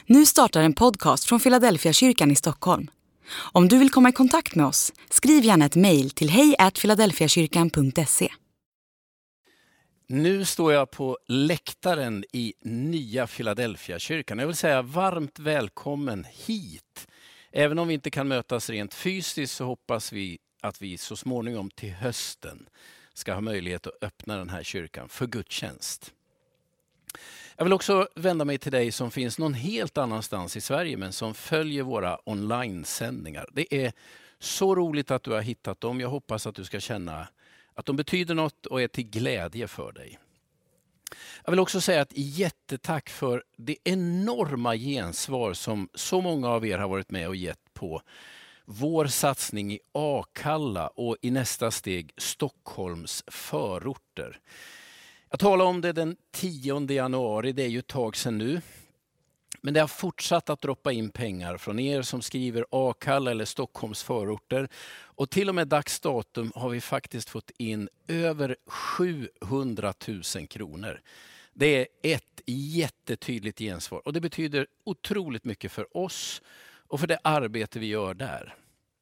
Nu startar en podcast från Philadelphia kyrkan i Stockholm. Om du vill komma i kontakt med oss, skriv gärna ett mejl till hej@philadelphiakyrkan.se. Nu står jag på läktaren i nya Philadelphia kyrkan. Jag vill säga varmt välkommen hit. Även om vi inte kan mötas rent fysiskt så hoppas vi att vi så småningom till hösten ska ha möjlighet att öppna den här kyrkan för gudstjänst. Jag vill också vända mig till dig som finns någon helt annanstans i Sverige men som följer våra online-sändningar. Det är så roligt att du har hittat dem. Jag hoppas att du ska känna att de betyder något och är till glädje för dig. Jag vill också säga ett jättetack för det enorma gensvar som så många av er har varit med och gett på vår satsning i Akalla och i nästa steg Stockholms förorter. Jag talade om det den 10 januari, det är ju ett tag sedan nu. Men det har fortsatt att droppa in pengar från er som skriver Akalla eller Stockholms förorter. Och till och med dagsdatum har vi faktiskt fått in över 700 000 kronor. Det är ett jättetydligt gensvar och det betyder otroligt mycket för oss och för det arbete vi gör där.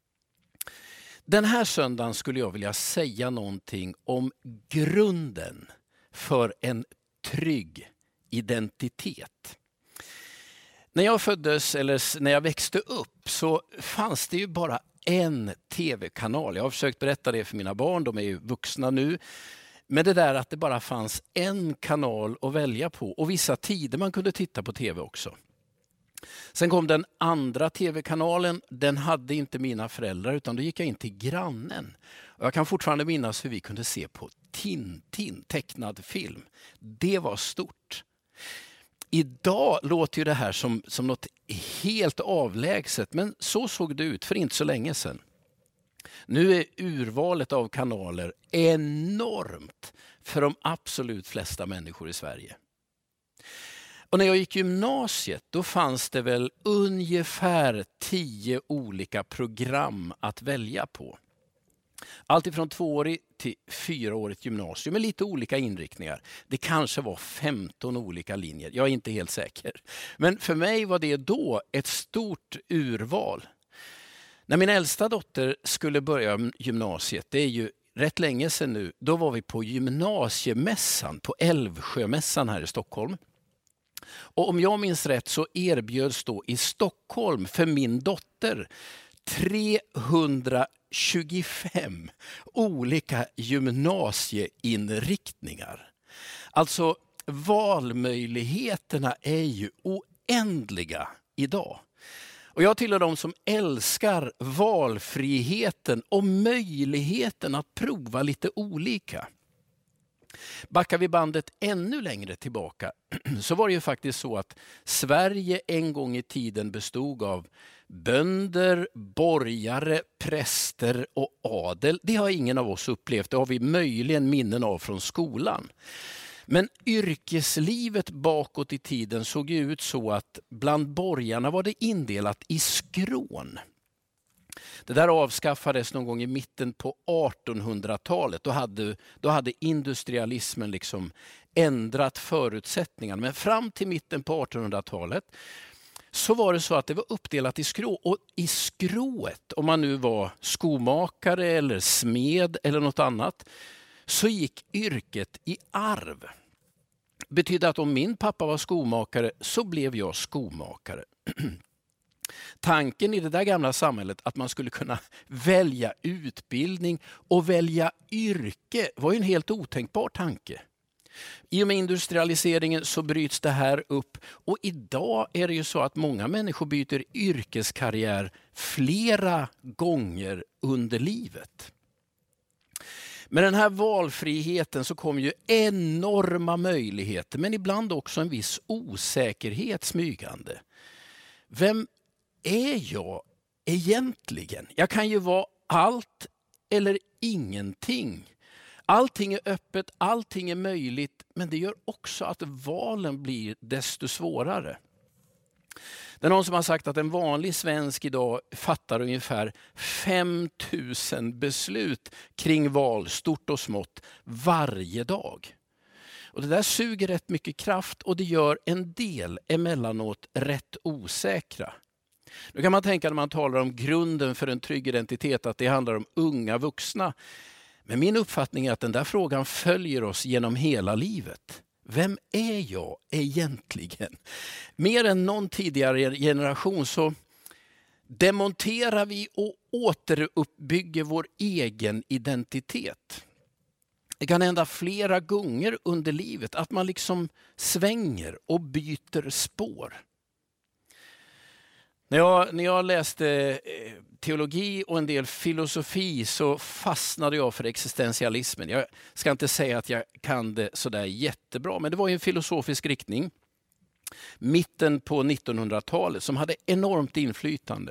Den här söndagen skulle jag vilja säga någonting om grunden för en trygg identitet. När jag föddes eller när jag växte upp så fanns det ju bara en tv-kanal. Jag har försökt berätta det för mina barn, de är ju vuxna nu. Men det där att det bara fanns en kanal att välja på och vissa tider man kunde titta på tv också. Sen kom den andra tv-kanalen, den hade inte mina föräldrar utan då gick jag in till grannen. Och jag kan fortfarande minnas hur vi kunde se på Tintin, tecknad film. Det var stort. Idag låter ju det här som något helt avlägset, men så såg det ut för inte så länge sedan. Nu är urvalet av kanaler enormt för de absolut flesta människor i Sverige. Och när jag gick gymnasiet då fanns det väl ungefär 10 olika program att välja på. Allt ifrån 2-årig till 4-årigt gymnasium med lite olika inriktningar. Det kanske var 15 olika linjer, jag är inte helt säker. Men för mig var det då ett stort urval. När min äldsta dotter skulle börja gymnasiet, det är ju rätt länge sedan nu, då var vi på gymnasiemässan, på Älvsjömässan här i Stockholm. Och om jag minns rätt så erbjöds då i Stockholm för min dotter 325 olika gymnasieinriktningar. Alltså valmöjligheterna är ju oändliga idag. Och jag tillhör de som älskar valfriheten och möjligheten att prova lite olika. Backar vi bandet ännu längre tillbaka så var det ju faktiskt så att Sverige en gång i tiden bestod av bönder, borgare, präster och adel. Det har ingen av oss upplevt, det har vi möjligen minnen av från skolan. Men yrkeslivet bakåt i tiden såg ju ut så att bland borgarna var det indelat i skrån. Det där avskaffades någon gång i mitten på 1800-talet. Då hade industrialismen liksom ändrat förutsättningarna. Men fram till mitten på 1800-talet så var det så att det var uppdelat i skrå. Och i skrået, om man nu var skomakare eller smed eller något annat, så gick yrket i arv. Det betyder att om min pappa var skomakare så blev jag skomakare. Tanken i det där gamla samhället att man skulle kunna välja utbildning och välja yrke var ju en helt otänkbar tanke. I och med industrialiseringen så bryts det här upp och idag är det ju så att många människor byter yrkeskarriär flera gånger under livet. Med den här valfriheten så kommer ju enorma möjligheter men ibland också en viss osäkerhet smygande. Vem är jag egentligen? Jag kan ju vara allt eller ingenting. Allting är öppet, allting är möjligt, men det gör också att valen blir desto svårare. Det är någon som har sagt att en vanlig svensk idag fattar ungefär 5000 beslut kring val, stort och smått, varje dag. Och det där suger rätt mycket kraft och det gör en del emellanåt rätt osäkra. Nu kan man tänka när man talar om grunden för en trygg identitet att det handlar om unga vuxna. Men min uppfattning är att den där frågan följer oss genom hela livet. Vem är jag egentligen? Mer än någon tidigare generation så demonterar vi och återuppbygger vår egen identitet. Det kan hända flera gånger under livet att man liksom svänger och byter spår. När jag läste teologi och en del filosofi så fastnade jag för existentialismen. Jag ska inte säga att jag kan det sådär jättebra, men det var en filosofisk riktning mitten på 1900-talet som hade enormt inflytande.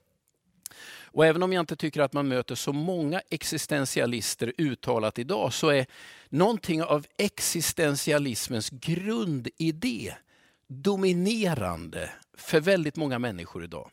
Och även om jag inte tycker att man möter så många existentialister uttalat idag så är någonting av existentialismens grundidé dominerande för väldigt många människor idag.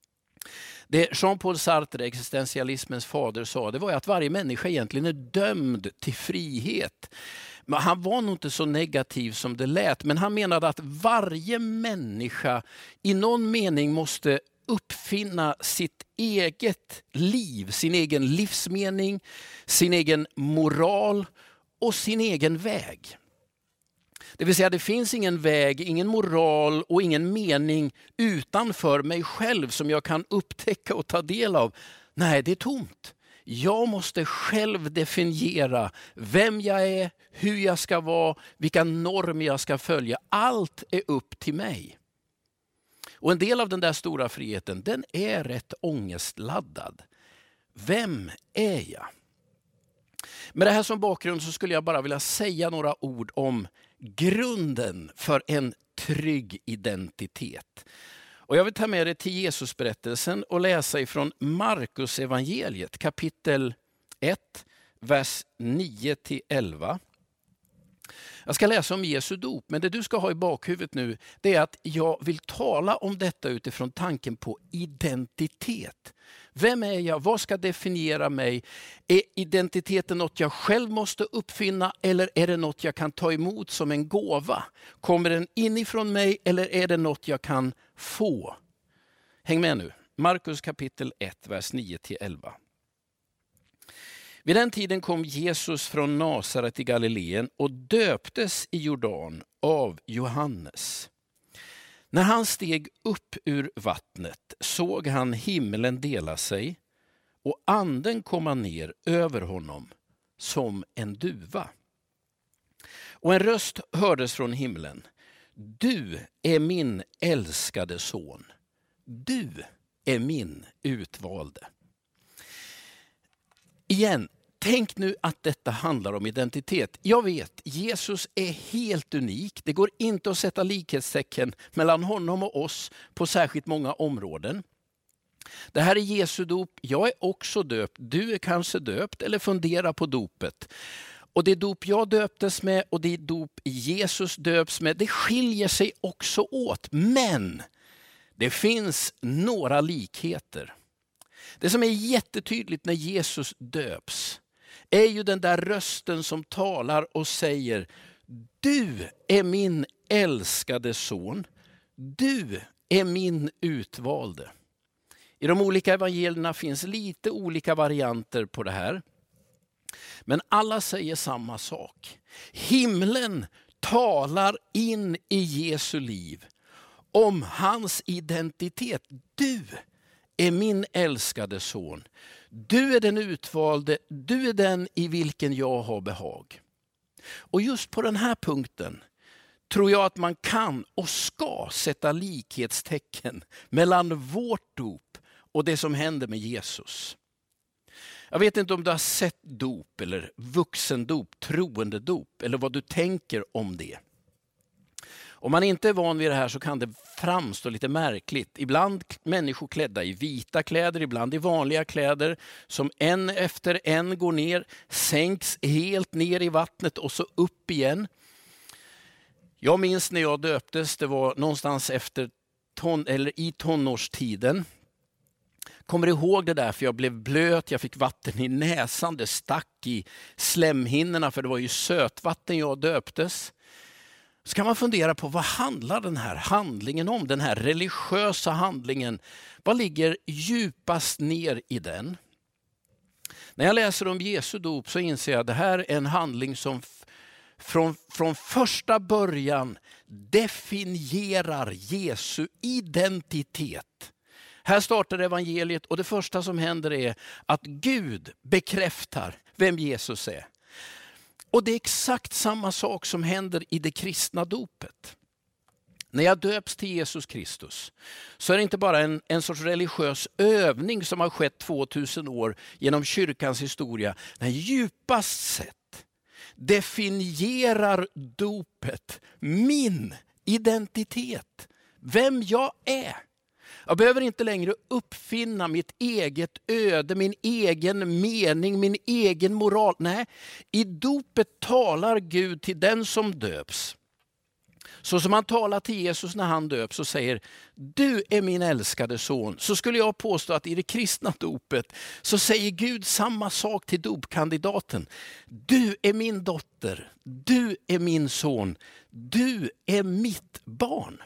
Det Jean-Paul Sartre, existentialismens fader, sa det var att varje människa egentligen är dömd till frihet. Men han var nog inte så negativ som det lät, men han menade att varje människa i någon mening måste uppfinna sitt eget liv, sin egen livsmening, sin egen moral och sin egen väg. Det vill säga det finns ingen väg, ingen moral och ingen mening utanför mig själv som jag kan upptäcka och ta del av. Nej, det är tomt. Jag måste själv definiera vem jag är, hur jag ska vara, vilka normer jag ska följa. Allt är upp till mig. Och en del av den där stora friheten, den är rätt ångestladdad. Vem är jag? Med det här som bakgrund så skulle jag bara vilja säga några ord om grunden för en trygg identitet. Och jag vill ta med det till Jesusberättelsen och läsa ifrån Markus evangeliet kapitel 1, vers 9-11. Jag ska läsa om Jesu dop, men det du ska ha i bakhuvudet nu det är att jag vill tala om detta utifrån tanken på identitet. Vem är jag? Vad ska definiera mig? Är identiteten något jag själv måste uppfinna eller är det något jag kan ta emot som en gåva? Kommer den inifrån mig eller är det något jag kan få? Häng med nu. Markus kapitel 1, vers 9-11. Vid den tiden kom Jesus från Nasaret i Galileen och döptes i Jordan av Johannes. När han steg upp ur vattnet såg han himlen dela sig och anden komma ner över honom som en duva. Och en röst hördes från himlen. Du är min älskade son. Du är min utvalde. Igen. Tänk nu att detta handlar om identitet. Jag vet, Jesus är helt unik. Det går inte att sätta likhetstecken mellan honom och oss på särskilt många områden. Det här är Jesu dop. Jag är också döpt. Du är kanske döpt eller funderar på dopet. Och det dop jag döptes med och det dop Jesus döps med, det skiljer sig också åt. Men det finns några likheter. Det som är jättetydligt när Jesus döps är ju den där rösten som talar och säger: du är min älskade son. Du är min utvalde. I de olika evangelierna finns lite olika varianter på det här. Men alla säger samma sak. Himlen talar in i Jesu liv om hans identitet. Du är min älskade son. Du är den utvalde, du är den i vilken jag har behag. Och just på den här punkten tror jag att man kan och ska sätta likhetstecken mellan vårt dop och det som händer med Jesus. Jag vet inte om du har sett dop eller vuxendop, troendedop eller vad du tänker om det. Om man inte är van vid det här så kan det framstå lite märkligt. Ibland människor klädda i vita kläder, ibland i vanliga kläder som en efter en går ner, sänks helt ner i vattnet och så upp igen. Jag minns när jag döptes, det var någonstans efter i tonårstiden. Kommer ihåg det där, för jag blev blöt, jag fick vatten i näsan, det stack i slemhinnorna, för det var ju sötvatten jag döptes. Så kan man fundera på, vad handlar den här handlingen om? Den här religiösa handlingen. Vad ligger djupast ner i den? När jag läser om Jesu dop så inser jag att det här är en handling som från första början definierar Jesu identitet. Här startar evangeliet och det första som händer är att Gud bekräftar vem Jesus är. Och det är exakt samma sak som händer i det kristna dopet. När jag döps till Jesus Kristus så är det inte bara en sorts religiös övning som har skett 2000 år genom kyrkans historia. Nej, djupast sett definierar dopet min identitet, vem jag är. Jag behöver inte längre uppfinna mitt eget öde, min egen mening, min egen moral. Nej, i dopet talar Gud till den som döps. Så som han talar till Jesus när han döps och säger, du är min älskade son. Så skulle jag påstå att i det kristna dopet så säger Gud samma sak till dopkandidaten. Du är min dotter, du är min son, du är mitt barn.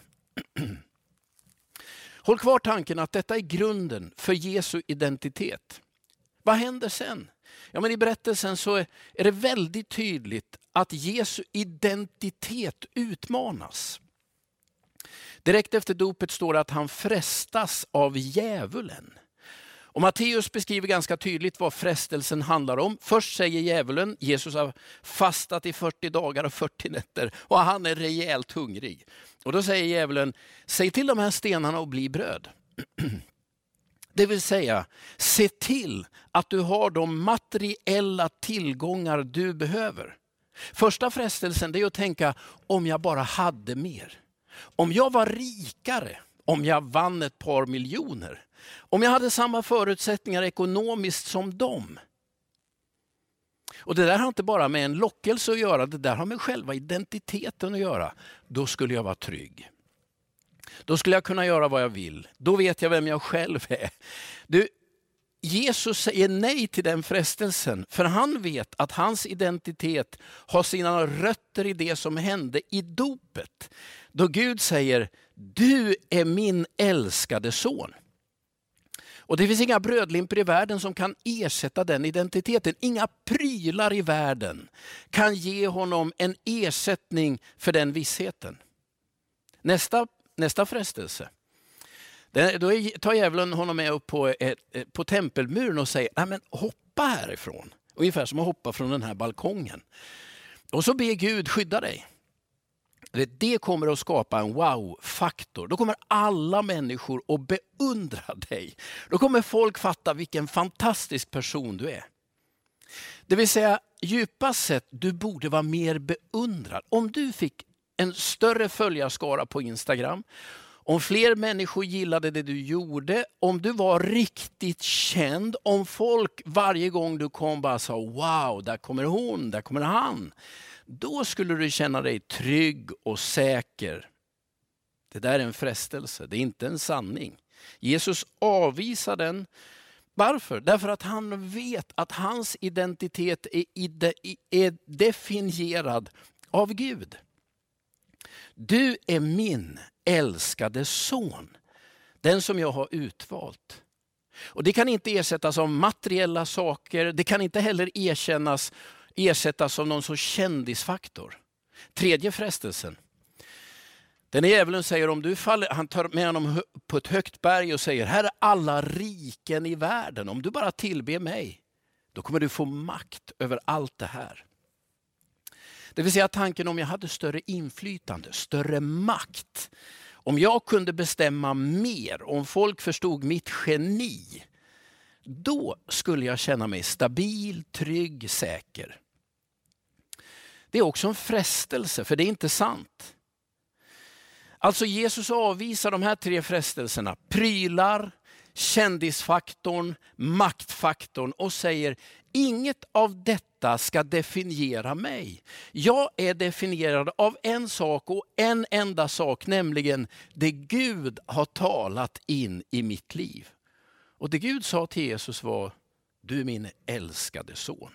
Håll kvar tanken att detta är grunden för Jesu identitet. Vad händer sen? Ja, men i berättelsen så är det väldigt tydligt att Jesu identitet utmanas. Direkt efter dopet står det att han frestas av djävulen. Och Matteus beskriver ganska tydligt vad frestelsen handlar om. Först säger djävulen, Jesus har fastat i 40 dagar och 40 nätter och han är rejält hungrig. Och då säger djävulen, säg till de här stenarna att bli bröd. Det vill säga, se till att du har de materiella tillgångar du behöver. Första frestelsen är att tänka, om jag bara hade mer. Om jag var rikare, om jag vann ett par miljoner. Om jag hade samma förutsättningar ekonomiskt som dem. Och det där har inte bara med en lockelse att göra, det där har med själva identiteten att göra. Då skulle jag vara trygg. Då skulle jag kunna göra vad jag vill. Då vet jag vem jag själv är. Jesus säger nej till den frestelsen. För han vet att hans identitet har sina rötter i det som hände i dopet. Då Gud säger, du är min älskade son. Och det finns inga brödlimpor i världen som kan ersätta den identiteten. Inga prylar i världen kan ge honom en ersättning för den vissheten. Nästa frestelse. Då tar djävulen honom med upp på tempelmuren och säger, nej men hoppa härifrån. Ungefär som att hoppa från den här balkongen. Och så ber Gud skydda dig. Det kommer att skapa en wow-faktor. Då kommer alla människor att beundra dig. Då kommer folk fatta vilken fantastisk person du är. Det vill säga, djupast sett, du borde vara mer beundrad. Om du fick en större följarskara på Instagram, om fler människor gillade det du gjorde, om du var riktigt känd, om folk varje gång du kom bara sa, wow, där kommer hon, där kommer han. Då skulle du känna dig trygg och säker. Det där är en frestelse, det är inte en sanning. Jesus avvisar den. Varför? Därför att han vet att hans identitet är definierad av Gud. Du är min älskade son, den som jag har utvalt. Och det kan inte ersättas av materiella saker, det kan inte heller ersättas av någon sorts kändisfaktor. Tredje frestelsen. Den djävulen säger, om du faller, han tar med honom på ett högt berg och säger, här är alla riken i världen. Om du bara tillber mig, då kommer du få makt över allt det här. Det vill säga tanken om jag hade större inflytande, större makt. Om jag kunde bestämma mer, om folk förstod mitt geni, då skulle jag känna mig stabil, trygg, säker. Det är också en frestelse, för det är inte sant. Alltså Jesus avvisar de här tre frestelserna. Prylar, kändisfaktorn, maktfaktorn och säger, inget av detta ska definiera mig. Jag är definierad av en sak och en enda sak, nämligen det Gud har talat in i mitt liv. Och det Gud sa till Jesus var: du är min älskade son.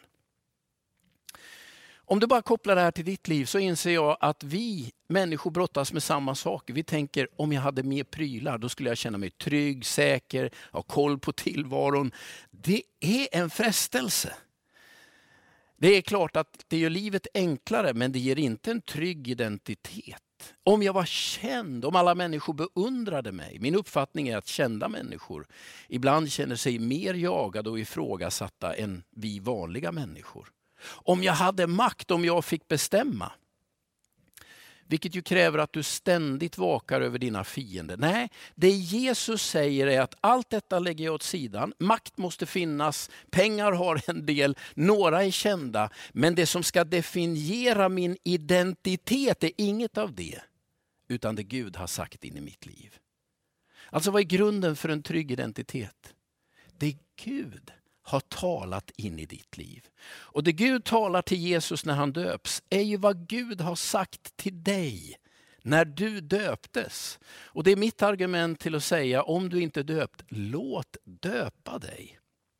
Om du bara kopplar det här till ditt liv så inser jag att vi människor brottas med samma saker. Vi tänker, om jag hade mer prylar då skulle jag känna mig trygg, säker, ha koll på tillvaron. Det är en frestelse. Det är klart att det gör livet enklare, men det ger inte en trygg identitet. Om jag var känd, om alla människor beundrade mig. Min uppfattning är att kända människor ibland känner sig mer jagade och ifrågasatta än vi vanliga människor. Om jag hade makt, om jag fick bestämma. Vilket ju kräver att du ständigt vakar över dina fiender. Nej, det Jesus säger är att allt detta lägger jag åt sidan. Makt måste finnas, pengar har en del, några är kända. Men det som ska definiera min identitet är inget av det. Utan det Gud har sagt in i mitt liv. Alltså vad är grunden för en trygg identitet? Det Gud har talat in i ditt liv. Och det Gud talar till Jesus när han döps är ju vad Gud har sagt till dig när du döptes. Och det är mitt argument till att säga, om du inte är döpt, låt döpa dig.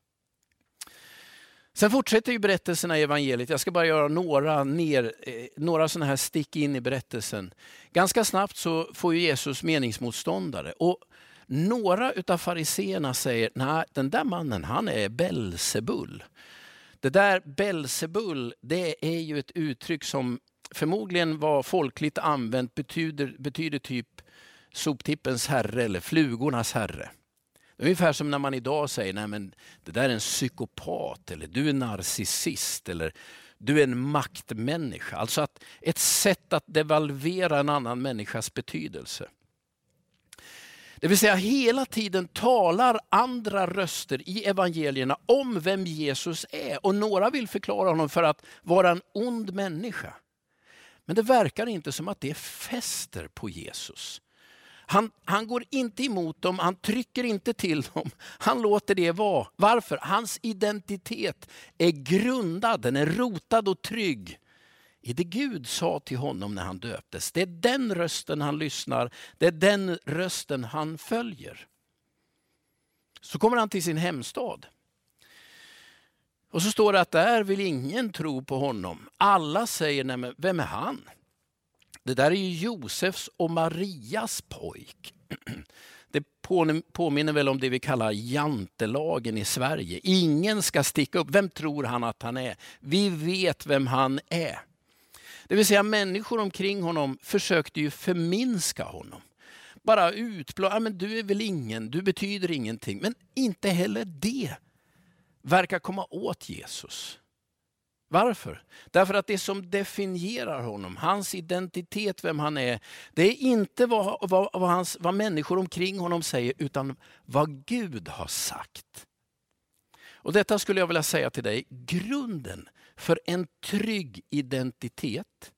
Sen fortsätter ju berättelserna i evangeliet. Jag ska bara göra några sådana här stick in i berättelsen. Ganska snabbt så får ju Jesus meningsmotståndare. Och några utav fariseerna säger, nej, den där mannen han är Belzebul. Det där Belzebul, det är ju ett uttryck som förmodligen var folkligt använt, betyder typ soptippens herre eller flugornas herre. Det är ungefär som när man idag säger, nej men det där är en psykopat eller du är narcissist eller du är en maktmänniska. Alltså att ett sätt att devalvera en annan människas betydelse. Det vill säga hela tiden talar andra röster i evangelierna om vem Jesus är. Och några vill förklara honom för att vara en ond människa. Men det verkar inte som att det fäster på Jesus. Han går inte emot dem, han trycker inte till dem. Han låter det vara. Varför? Hans identitet är grundad, den är rotad och trygg i det Gud sa till honom när han döptes. Det är den rösten han lyssnar, det är den rösten han följer. Så kommer han till sin hemstad. Och så står det att där vill ingen tro på honom. Alla säger, nej men vem är han? Det där är ju Josefs och Marias pojk. Det påminner väl om det vi kallar jantelagen i Sverige. Ingen ska sticka upp. Vem tror han att han är? Vi vet vem han är. Det vill säga människor omkring honom försökte ju förminska honom. Bara utplåna, men du är väl ingen, du betyder ingenting. Men inte heller det verkar komma åt Jesus. Varför? Därför att det som definierar honom, hans identitet, vem han är, det är inte vad människor omkring honom säger, utan vad Gud har sagt. Och detta skulle jag vilja säga till dig, grunden för en trygg identitet.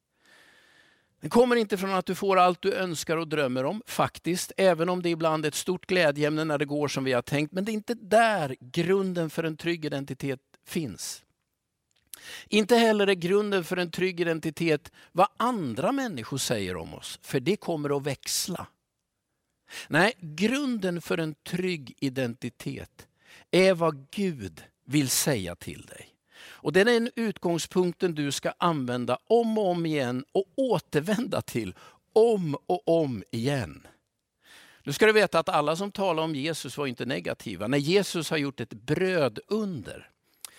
Den kommer inte från att du får allt du önskar och drömmer om, faktiskt, även om det ibland är ett stort glädjeämne när det går som vi har tänkt. Men det är inte där grunden för en trygg identitet finns. Inte heller är grunden för en trygg identitet vad andra människor säger om oss, för det kommer att växla. Nej, grunden för en trygg identitet är vad Gud vill säga till dig. Och den är en utgångspunkten du ska använda om och om igen och återvända till om och om igen. Nu ska du veta att alla som talar om Jesus var inte negativa. När Jesus har gjort ett brödunder.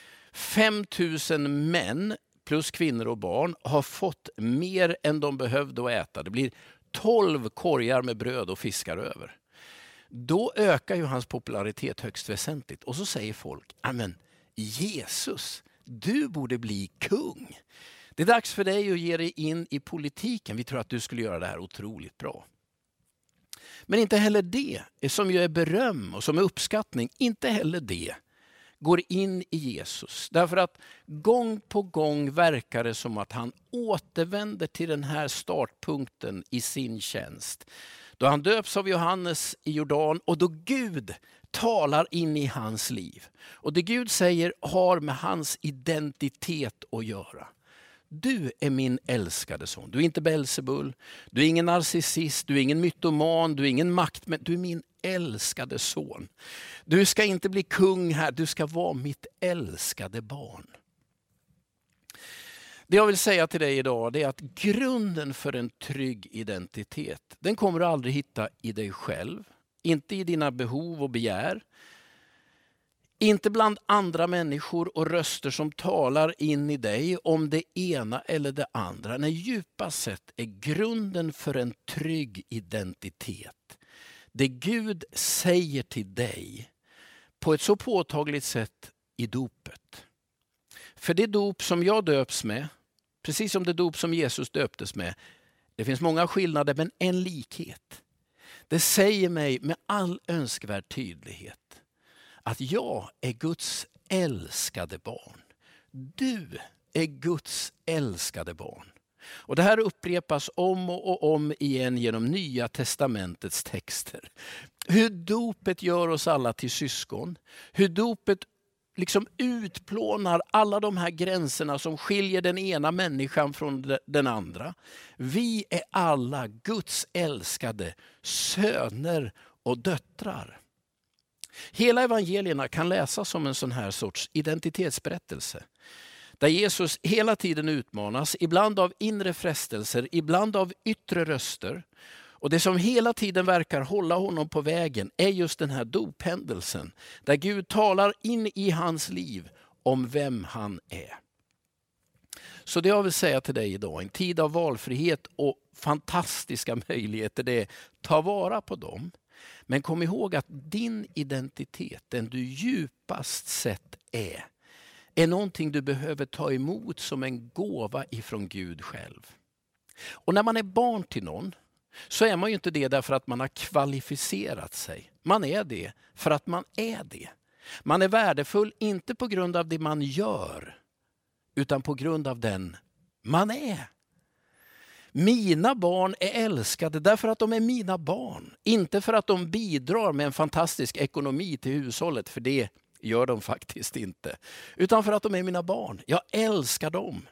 5000 män plus kvinnor och barn har fått mer än de behövde att äta. Det blir 12 korgar med bröd och fiskar över. Då ökar ju hans popularitet högst väsentligt. Och så säger folk, amen, Jesus, du borde bli kung. Det är dags för dig att ge dig in i politiken. Vi tror att du skulle göra det här otroligt bra. Men inte heller det, som ju är beröm och som är uppskattning, inte heller det går in i Jesus. Därför att gång på gång verkar det som att han återvänder till den här startpunkten i sin tjänst. Då han döps av Johannes i Jordan och då Gud talar in i hans liv. Och det Gud säger har med hans identitet att göra. Du är min älskade son. Du är inte Belzebul. Du är ingen narcissist. Du är ingen mytoman. Du är ingen makt. Men du är min älskade son. Du ska inte bli kung här, du ska vara mitt älskade barn. Det jag vill säga till dig idag är att grunden för en trygg identitet, den kommer du aldrig hitta i dig själv. Inte i dina behov och begär. Inte bland andra människor och röster som talar in i dig om det ena eller det andra. Nej, djupast sett är grunden för en trygg identitet det Gud säger till dig på ett så påtagligt sätt i dopet. För det dop som jag döps med, precis som det dop som Jesus döptes med, det finns många skillnader men en likhet. Det säger mig med all önskvärd tydlighet att jag är Guds älskade barn. Du är Guds älskade barn. Och det här upprepas om och om igen genom Nya testamentets texter. Hur dopet gör oss alla till syskon. Hur dopet liksom utplånar alla de här gränserna som skiljer den ena människan från den andra. Vi är alla Guds älskade söner och döttrar. Hela evangelierna kan läsas som en sån här sorts identitetsberättelse. Där Jesus hela tiden utmanas, ibland av inre frestelser, ibland av yttre röster. Och det som hela tiden verkar hålla honom på vägen är just den här dophändelsen. Där Gud talar in i hans liv om vem han är. Så det jag vill säga till dig idag, en tid av valfrihet och fantastiska möjligheter, det är ta vara på dem. Men kom ihåg att din identitet, den du djupast sett är någonting du behöver ta emot som en gåva ifrån Gud själv. Och när man är barn till någon så är man ju inte det därför att man har kvalificerat sig. Man är det för att man är det. Man är värdefull inte på grund av det man gör utan på grund av den man är. Mina barn är älskade därför att de är mina barn. Inte för att de bidrar med en fantastisk ekonomi till hushållet, för det gör de faktiskt inte. Utan för att de är mina barn. Jag älskar dem.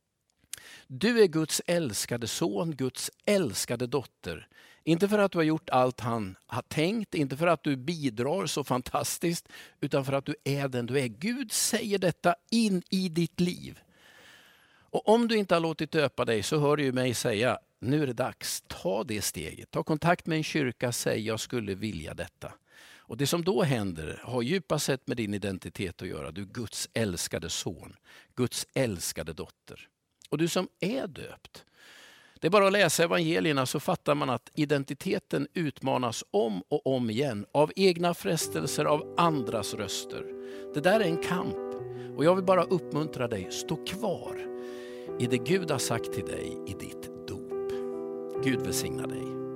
Du är Guds älskade son, Guds älskade dotter. Inte för att du har gjort allt han har tänkt, inte för att du bidrar så fantastiskt, utan för att du är den du är. Gud säger detta in i ditt liv. Och om du inte har låtit döpa dig så hör du mig säga, nu är det dags, ta det steget. Ta kontakt med en kyrka, säg jag skulle vilja detta. Och det som då händer har djupast sett med din identitet att göra. Du är Guds älskade son, Guds älskade dotter. Och du som är döpt, det är bara att läsa evangelierna så fattar man att identiteten utmanas om och om igen av egna frestelser, av andras röster. Det där är en kamp och jag vill bara uppmuntra dig, stå kvar i det Gud har sagt till dig i ditt dop. Gud välsigna dig.